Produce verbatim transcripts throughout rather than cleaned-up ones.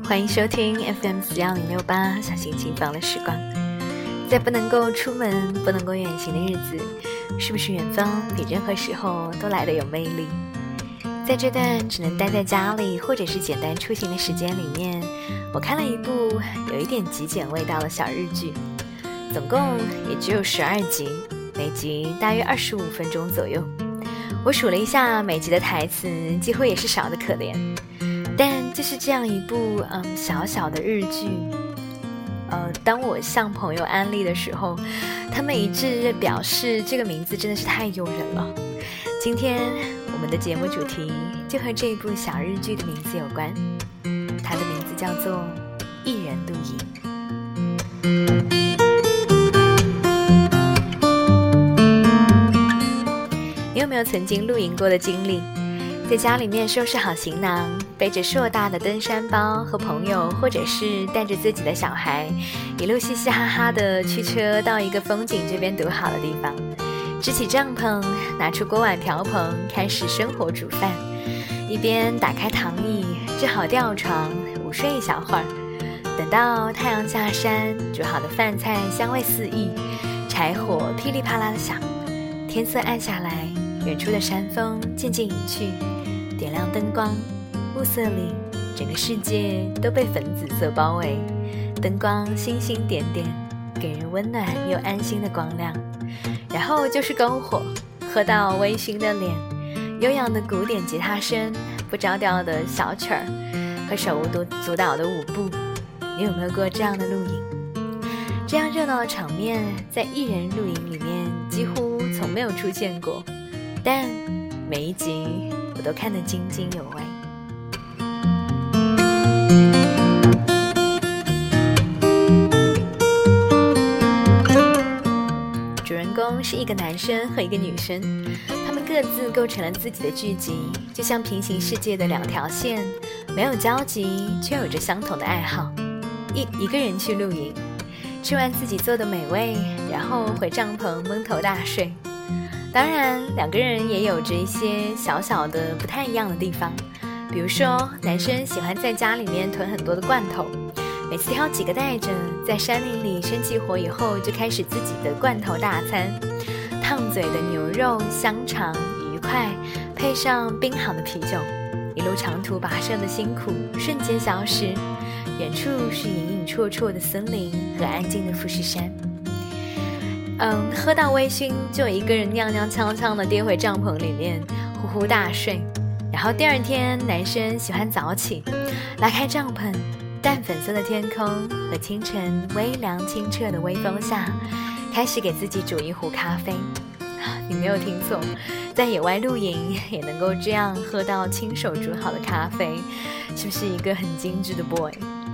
欢迎收听 F M 四一零六八小型琴房的时光。在不能够出门、不能够远行的日子，是不是远方比任何时候都来得有魅力？在这段只能待在家里或者是简单出行的时间里面，我看了一部有一点极简味道的小日剧，总共也只有十二集，每集大约二十五分钟左右。我数了一下，每集的台词几乎也是少得可怜。但就是这样一部嗯小小的日剧，呃，当我向朋友安利的时候，他们一致表示这个名字真的是太诱人了。今天我们的节目主题就和这部小日剧的名字有关，它的名字叫做《一人露营》。你有没有曾经露营过的经历？在家里面收拾好行囊，背着硕大的登山包，和朋友或者是带着自己的小孩，一路嘻嘻哈哈的驱车到一个风景这边独好的地方，支起帐篷，拿出锅碗瓢盆，开始生火煮饭，一边打开躺椅，支好吊床，午睡一小会儿，等到太阳下山，煮好的饭菜香味四溢，柴火噼里啪啦的响，天色暗下来，远处的山峰渐渐隐去，点亮灯光，暮色里整个世界都被粉紫色包围，灯光星星点点，给人温暖又安心的光亮。然后就是篝火，喝到微醺的脸，悠扬的古典吉他声，不着调的小曲儿和手舞足蹈的舞步。你有没有过这样的露营？这样热闹的场面在一人露营里面几乎从没有出现过，但每一集我都看得津津有味。主人公是一个男生和一个女生，他们各自构成了自己的剧集，就像平行世界的两条线，没有交集，却有着相同的爱好。一一个人去露营，吃完自己做的美味，然后回帐篷蒙头大睡。当然，两个人也有着一些小小的不太一样的地方，比如说男生喜欢在家里面囤很多的罐头，每次挑几个带着，在山林里生起火以后就开始自己的罐头大餐，烫嘴的牛肉香肠愉快，配上冰好的啤酒，一路长途跋涉的辛苦瞬间消失，远处是隐隐绰绰的森林和安静的富士山。嗯，喝到微醺，就一个人踉踉跄跄地跌回帐篷里面，呼呼大睡。然后第二天，男生喜欢早起，拉开帐篷，淡粉色的天空和清晨微凉清澈的微风下，开始给自己煮一壶咖啡。你没有听错，在野外露营也能够这样喝到亲手煮好的咖啡，是不是一个很精致的 boy？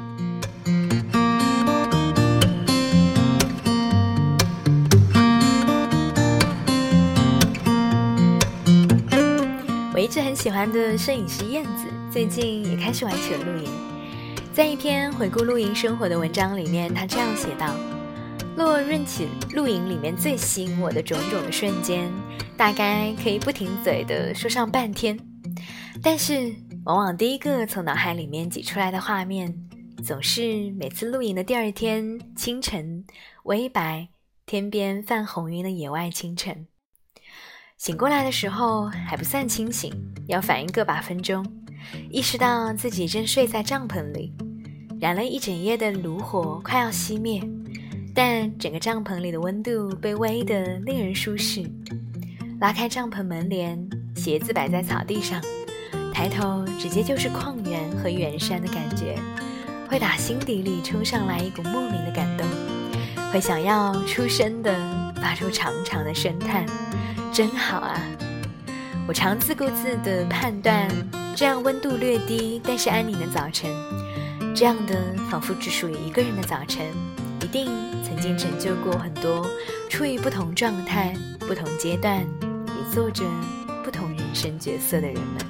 我一直很喜欢的摄影师燕子，最近也开始玩起了露营。在一篇回顾露营生活的文章里面，他这样写道：若论起露营里面最吸引我的种种的瞬间，大概可以不停嘴的说上半天，但是往往第一个从脑海里面挤出来的画面，总是每次露营的第二天清晨，微白，天边泛红晕的野外清晨。醒过来的时候还不算清醒，要反应个把分钟，意识到自己正睡在帐篷里，燃了一整夜的炉火快要熄灭，但整个帐篷里的温度被煨得令人舒适。拉开帐篷门帘，鞋子摆在草地上，抬头直接就是旷原和远山的感觉，会打心底里冲上来一股莫名的感动，会想要出声的发出长长的声叹，真好啊！我常自顾自地判断，这样温度略低但是安宁的早晨，这样的仿佛只属于一个人的早晨，一定曾经拯救过很多处于不同状态、不同阶段，也做着不同人生角色的人们。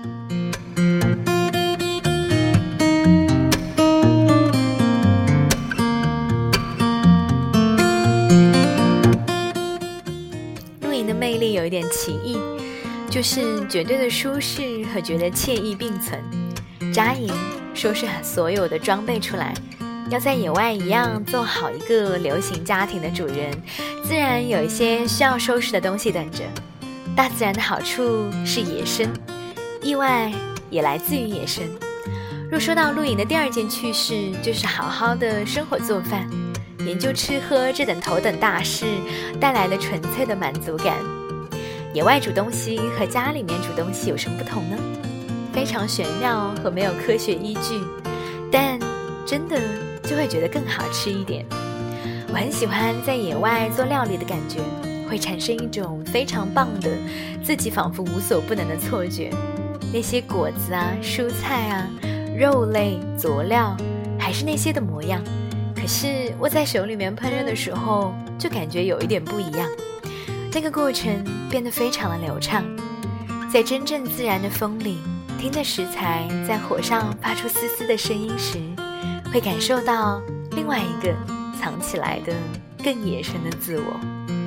露营的魅力有一点奇异，就是绝对的舒适和觉得惬意并存。扎营收拾所有的装备出来，要在野外一样做好一个流行家庭的主人，自然有一些需要收拾的东西等着。大自然的好处是野生，意外也来自于野生。若说到露营的第二件趣事，就是好好的生火做饭，研究吃喝这等头等大事带来的纯粹的满足感。野外煮东西和家里面煮东西有什么不同呢？非常玄妙和没有科学依据，但真的就会觉得更好吃一点。我很喜欢在野外做料理的感觉，会产生一种非常棒的自己仿佛无所不能的错觉。那些果子啊、蔬菜啊、肉类、佐料还是那些的模样，可是握在手里面烹饪的时候就感觉有一点不一样，那个过程变得非常的流畅。在真正自然的风里，听着食材在火上发出丝丝的声音时，会感受到另外一个藏起来的更野生的自我。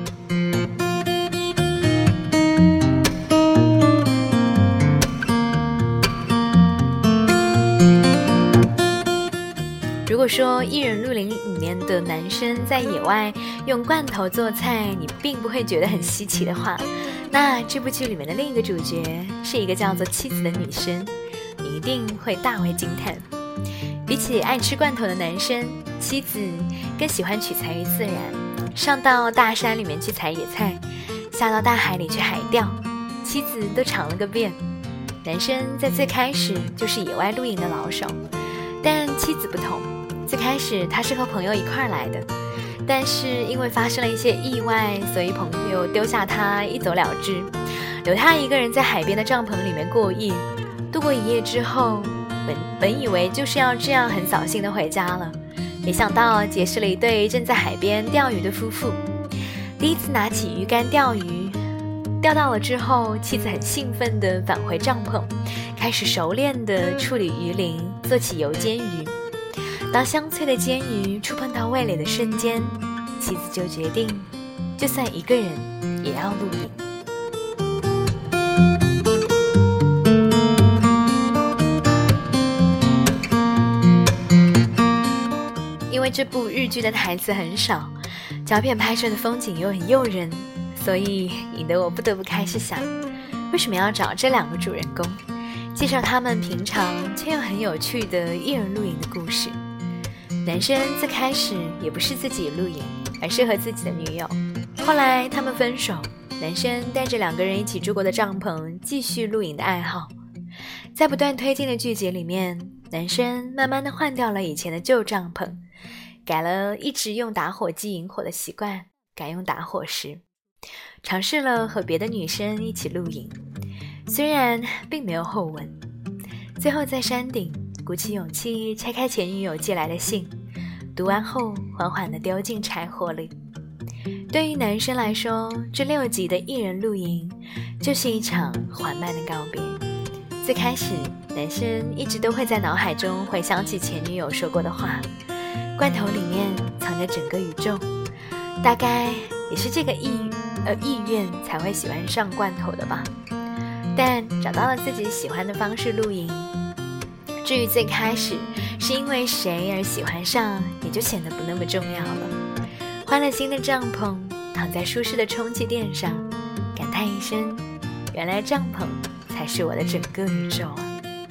如果说一人露营里面的男生在野外用罐头做菜你并不会觉得很稀奇的话，那这部剧里面的另一个主角是一个叫做妻子的女生，你一定会大为惊叹。比起爱吃罐头的男生，妻子更喜欢取材于自然，上到大山里面去采野菜，下到大海里去海钓，妻子都尝了个遍。男生在最开始就是野外露营的老手，但妻子不同，最开始他是和朋友一块儿来的，但是因为发生了一些意外，所以朋友丢下他一走了之，留他一个人在海边的帐篷里面过夜。度过一夜之后，本本以为就是要这样很扫兴的回家了，没想到结识了一对正在海边钓鱼的夫妇。第一次拿起鱼竿钓鱼，钓到了之后，妻子很兴奋地返回帐篷，开始熟练地处理鱼鳞，做起油煎鱼。当香脆的煎鱼触碰到味蕾的瞬间，妻子就决定就算一个人也要露营。因为这部日剧的台词很少，胶片拍摄的风景又很诱人，所以引得我不得不开始想，为什么要找这两个主人公，介绍他们平常却又很有趣的一人露营的故事。男生最开始也不是自己露营，而是和自己的女友，后来他们分手，男生带着两个人一起住过的帐篷继续露营的爱好。在不断推进的剧集里面，男生慢慢地换掉了以前的旧帐篷，改了一直用打火机引火的习惯，改用打火石，尝试了和别的女生一起露营，虽然并没有后文。最后在山顶鼓起勇气拆开前女友寄来的信，读完后缓缓地丢进柴火里。对于男生来说，这六集的一人露营就是一场缓慢的告别。最开始男生一直都会在脑海中回想起前女友说过的话，罐头里面藏着整个宇宙，大概也是这个意呃意愿才会喜欢上罐头的吧。但找到了自己喜欢的方式露营，至于最开始是因为谁而喜欢上，也就显得不那么重要了。换了新的帐篷，躺在舒适的充气垫上，感叹一声，原来帐篷才是我的整个宇宙啊。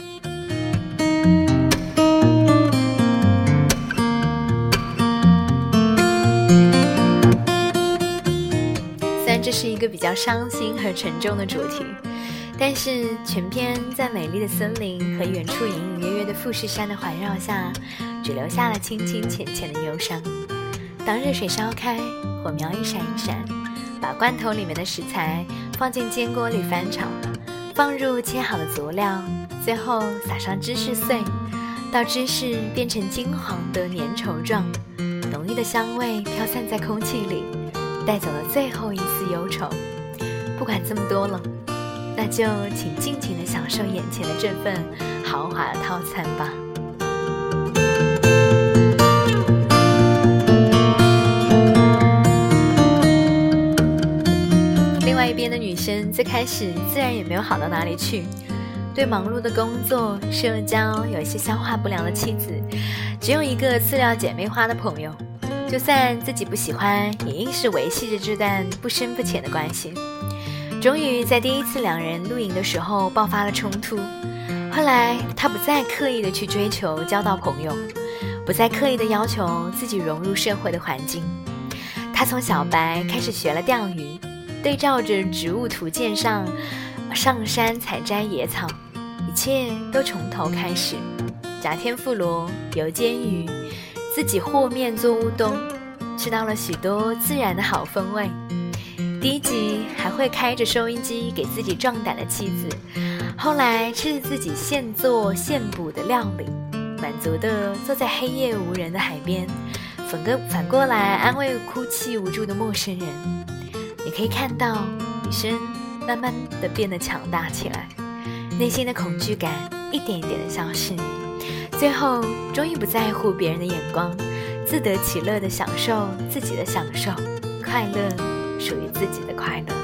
虽然这是一个比较伤心和沉重的主题，但是全篇在美丽的森林和远处隐隐约约的富士山的环绕下，只留下了清清浅浅的忧伤。当热水烧开，火苗一闪一闪，把罐头里面的食材放进煎锅里翻炒，放入切好的佐料，最后撒上芝士碎，到芝士变成金黄的粘稠状，浓郁的香味飘散在空气里，带走了最后一丝忧愁。不管这么多了，那就请尽情地享受眼前的这份豪华的套餐吧。另外一边的女生最开始自然也没有好到哪里去， 对忙碌的工作、社交有一些消化不良的妻子，只有一个饲料姐妹花的朋友，就算自己不喜欢，也硬是维系着这段不深不浅的关系。终于在第一次两人露营的时候爆发了冲突，后来他不再刻意的去追求交到朋友，不再刻意的要求自己融入社会的环境。他从小白开始学了钓鱼，对照着植物图鉴上上山采摘野草，一切都从头开始。假天妇罗、油煎鱼，自己和面做乌冬，吃到了许多自然的好风味。第一集还会开着收音机给自己壮胆的妻子，后来吃着自己现做现捕的料理，满足地坐在黑夜无人的海边，反过反过来安慰哭泣无助的陌生人。你可以看到女生慢慢地变得强大起来，内心的恐惧感一点一点的消失，最后终于不在乎别人的眼光，自得其乐地享受自己的享受，快乐属于自己的快乐。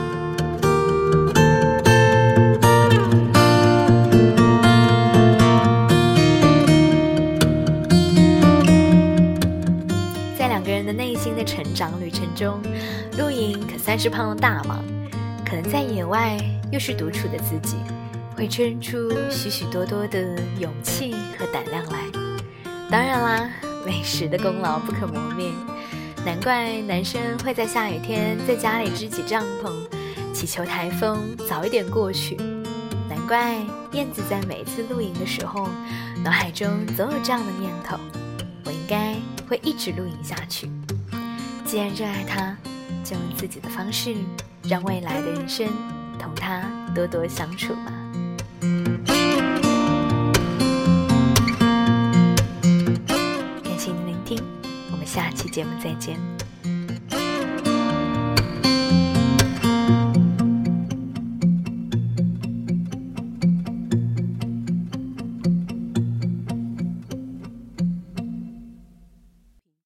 在两个人的内心的成长旅程中，露营可算是帮了大忙。可能在野外又是独处的自己，会生出许许多多的勇气和胆量来。当然啦，美食的功劳不可磨灭，难怪男生会在下雨天在家里支起帐篷，祈求台风早一点过去。难怪燕子在每次露营的时候，脑海中总有这样的念头：我应该会一直露营下去。既然热爱它，就用自己的方式，让未来的人生同它多多相处吧。感谢您聆听，我们下期节目再见。